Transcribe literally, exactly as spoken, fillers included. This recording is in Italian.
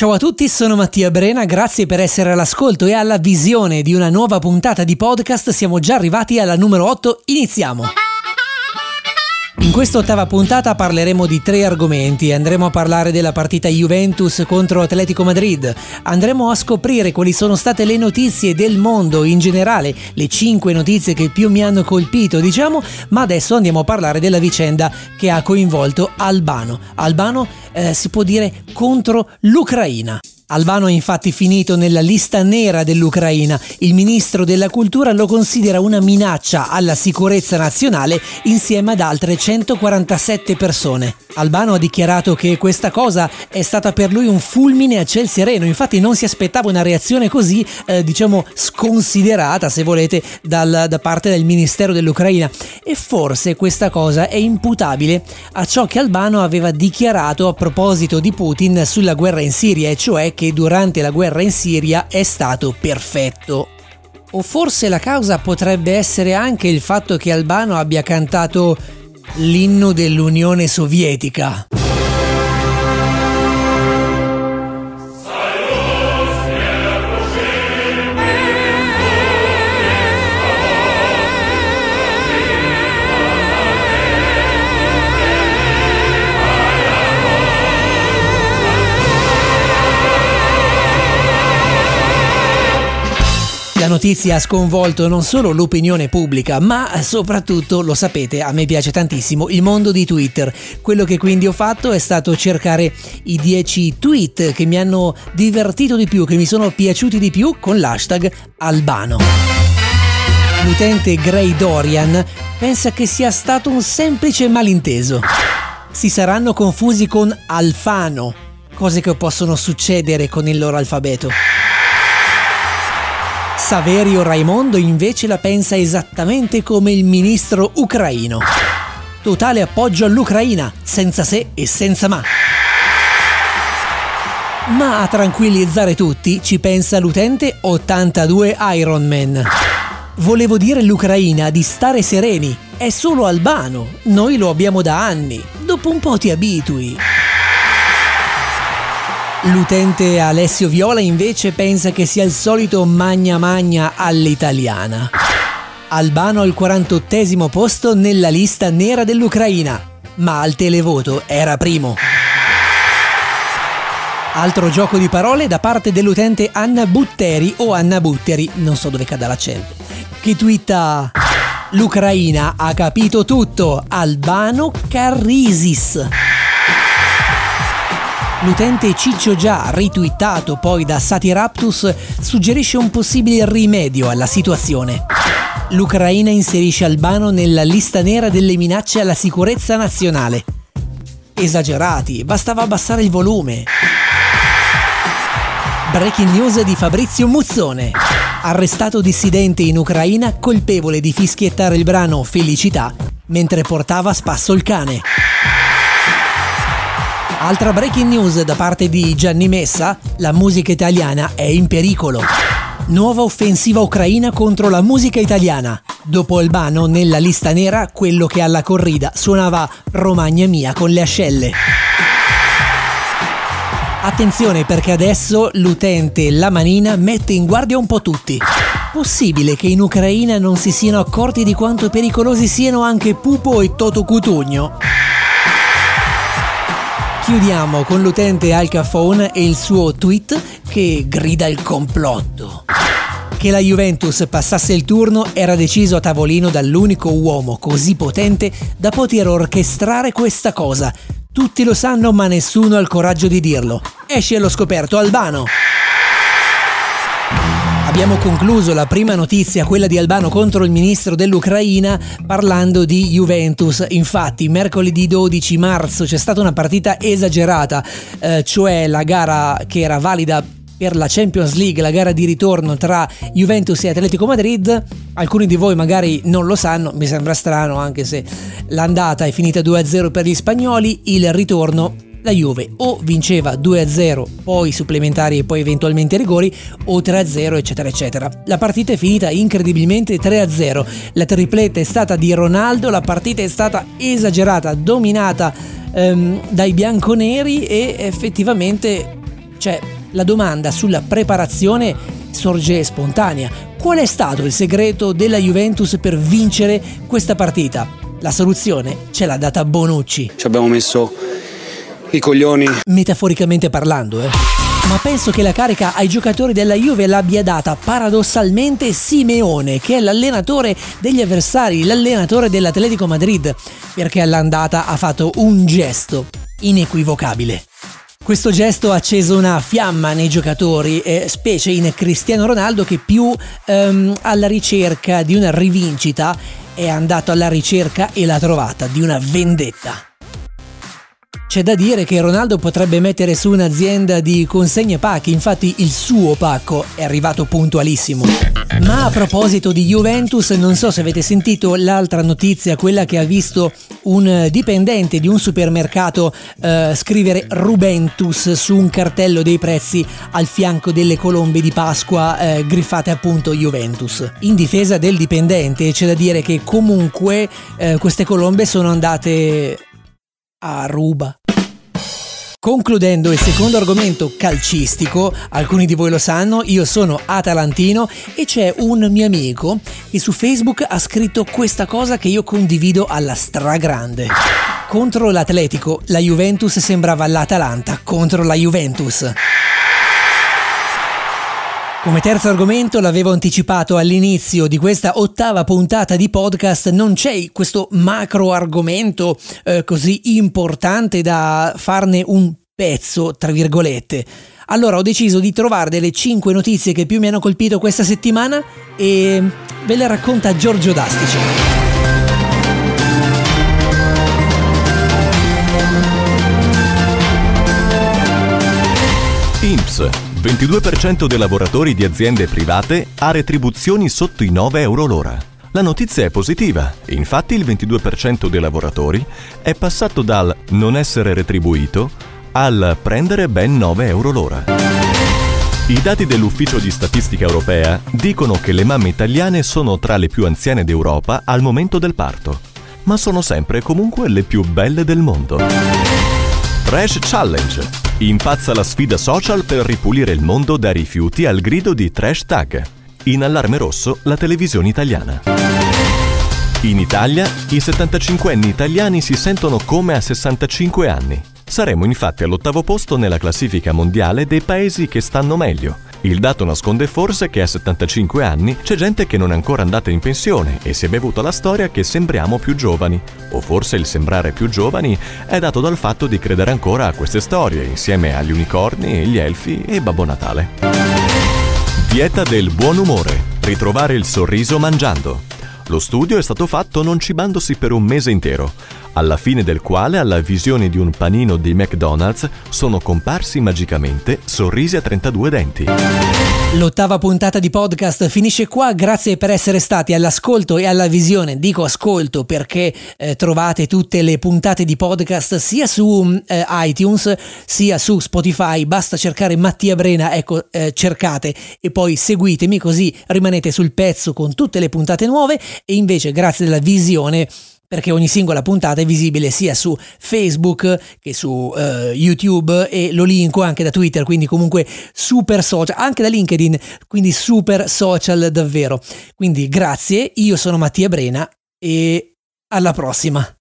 Ciao a tutti, sono Mattia Brena, grazie per essere all'ascolto e alla visione di una nuova puntata di podcast. Siamo già arrivati alla numero otto, iniziamo! In questa ottava puntata parleremo di tre argomenti. Andremo a parlare della partita Juventus contro Atletico Madrid, andremo a scoprire quali sono state le notizie del mondo in generale, le cinque notizie che più mi hanno colpito, diciamo, ma adesso andiamo a parlare della vicenda che ha coinvolto Albano. Albano eh, si può dire contro l'Ucraina. Albano è infatti finito nella lista nera dell'Ucraina. Il ministro della cultura lo considera una minaccia alla sicurezza nazionale insieme ad altre centoquarantasette persone. Albano ha dichiarato che questa cosa è stata per lui un fulmine a ciel sereno, infatti non si aspettava una reazione così, eh, diciamo, sconsiderata, se volete, dal, da parte del ministero dell'Ucraina. E forse questa cosa è imputabile a ciò che Albano aveva dichiarato a proposito di Putin sulla guerra in Siria, e cioè che durante la guerra in Siria è stato perfetto. O forse la causa potrebbe essere anche il fatto che Albano abbia cantato l'inno dell'Unione Sovietica. La notizia ha sconvolto non solo l'opinione pubblica, ma soprattutto, lo sapete, a me piace tantissimo, il mondo di Twitter. Quello che quindi ho fatto è stato cercare i dieci tweet che mi hanno divertito di più, che mi sono piaciuti di più con l'hashtag Albano. L'utente Grey Dorian pensa che sia stato un semplice malinteso. Si saranno confusi con Alfano, cose che possono succedere con il loro alfabeto. Saverio Raimondo invece la pensa esattamente come il ministro ucraino. Totale appoggio all'Ucraina, senza se e senza ma. Ma a tranquillizzare tutti ci pensa l'utente ottantadue Ironman. Volevo dire all'Ucraina di stare sereni, è solo Albano, noi lo abbiamo da anni, dopo un po' ti abitui. L'utente Alessio Viola invece pensa che sia il solito magna magna all'italiana. Albano al quarantottesimo posto nella lista nera dell'Ucraina, ma al televoto era primo. Altro gioco di parole da parte dell'utente Anna Butteri o Anna Butteri, non so dove cada l'accento, che twitta: l'Ucraina ha capito tutto, Albano Carrisis. L'utente Ciccio Già, ritwittato poi da Satiraptus, suggerisce un possibile rimedio alla situazione. L'Ucraina inserisce Albano nella lista nera delle minacce alla sicurezza nazionale. Esagerati, bastava abbassare il volume. Breaking news di Fabrizio Muzzone. Arrestato dissidente in Ucraina colpevole di fischiettare il brano Felicità mentre portava a spasso il cane. Altra breaking news da parte di Gianni Messa, la musica italiana è in pericolo. Nuova offensiva ucraina contro la musica italiana. Dopo Albano nella lista nera, quello che alla corrida suonava Romagna mia con le ascelle. Attenzione, perché adesso l'utente La Manina mette in guardia un po' tutti. Possibile che in Ucraina non si siano accorti di quanto pericolosi siano anche Pupo e Toto Cutugno? Chiudiamo con l'utente Alcafone e il suo tweet che grida il complotto. Che la Juventus passasse il turno era deciso a tavolino dall'unico uomo così potente da poter orchestrare questa cosa. Tutti lo sanno, ma nessuno ha il coraggio di dirlo. Esce allo scoperto Albano. Abbiamo concluso la prima notizia, quella di Albano contro il ministro dell'Ucraina, parlando di Juventus. Infatti mercoledì dodici marzo c'è stata una partita esagerata, eh, cioè la gara che era valida per la Champions League, la gara di ritorno tra Juventus e Atletico Madrid. Alcuni di voi magari non lo sanno, mi sembra strano, anche se l'andata è finita due a zero per gli spagnoli, il ritorno la Juve o vinceva due a zero, poi supplementari e poi eventualmente rigori, o tre a zero, eccetera eccetera. La partita è finita incredibilmente tre a zero, la tripletta è stata di Ronaldo, la partita è stata esagerata, dominata ehm, dai bianconeri, e effettivamente Cioè, la domanda sulla preparazione sorge spontanea. Qual è stato il segreto della Juventus per vincere questa partita? La soluzione ce l'ha data Bonucci. Ci abbiamo messo i coglioni. Metaforicamente parlando, eh. Ma penso che la carica ai giocatori della Juve l'abbia data paradossalmente Simeone, che è l'allenatore degli avversari, l'allenatore dell'Atletico Madrid, perché all'andata ha fatto un gesto inequivocabile. Questo gesto ha acceso una fiamma nei giocatori, eh, specie in Cristiano Ronaldo, che più ehm, alla ricerca di una rivincita è andato alla ricerca e l'ha trovata di una vendetta. C'è da dire che Ronaldo potrebbe mettere su un'azienda di consegne pacchi, infatti il suo pacco è arrivato puntualissimo. Ma a proposito di Juventus, non so se avete sentito l'altra notizia, quella che ha visto un dipendente di un supermercato eh, scrivere Rubentus su un cartello dei prezzi al fianco delle colombe di Pasqua eh, griffate appunto Juventus. In difesa del dipendente c'è da dire che comunque eh, queste colombe sono andate a ruba. Concludendo il secondo argomento calcistico, alcuni di voi lo sanno, io sono atalantino e c'è un mio amico che su Facebook ha scritto questa cosa che io condivido alla stragrande. Contro l'Atletico, la Juventus sembrava l'Atalanta contro la Juventus. Come terzo argomento, l'avevo anticipato all'inizio di questa ottava puntata di podcast, non c'è questo macro argomento eh, così importante da farne un pezzo, tra virgolette. Allora ho deciso di trovare delle cinque notizie che più mi hanno colpito questa settimana e ve le racconta Giorgio Dastici. I N P S. ventidue per cento dei lavoratori di aziende private ha retribuzioni sotto i nove euro l'ora. La notizia è positiva, infatti il ventidue per cento dei lavoratori è passato dal non essere retribuito al prendere ben nove euro l'ora. I dati dell'Ufficio di Statistica Europea dicono che le mamme italiane sono tra le più anziane d'Europa al momento del parto, ma sono sempre e comunque le più belle del mondo. Trash Challenge. Impazza la sfida social per ripulire il mondo dai rifiuti al grido di Trash Tag. In allarme rosso la televisione italiana. In Italia, i settantacinquenni italiani si sentono come a sessantacinque anni. Saremo infatti all'ottavo posto nella classifica mondiale dei paesi che stanno meglio. Il dato nasconde forse che a settantacinque anni c'è gente che non è ancora andata in pensione e si è bevuta la storia che sembriamo più giovani. O forse il sembrare più giovani è dato dal fatto di credere ancora a queste storie, insieme agli unicorni, gli elfi e Babbo Natale. Dieta del buon umore. Ritrovare il sorriso mangiando. Lo studio è stato fatto non cibandosi per un mese intero, alla fine del quale alla visione di un panino di McDonald's sono comparsi magicamente sorrisi a trentadue denti. L'ottava puntata di podcast finisce qua, grazie per essere stati all'ascolto e alla visione. Dico ascolto perché eh, trovate tutte le puntate di podcast sia su eh, iTunes sia su Spotify, basta cercare Mattia Brena, ecco eh, cercate e poi seguitemi così rimanete sul pezzo con tutte le puntate nuove e invece grazie alla visione perché ogni singola puntata è visibile sia su Facebook che su uh, YouTube e lo linko anche da Twitter, quindi comunque super social, anche da LinkedIn, quindi super social davvero. Quindi grazie, io sono Mattia Brena e alla prossima.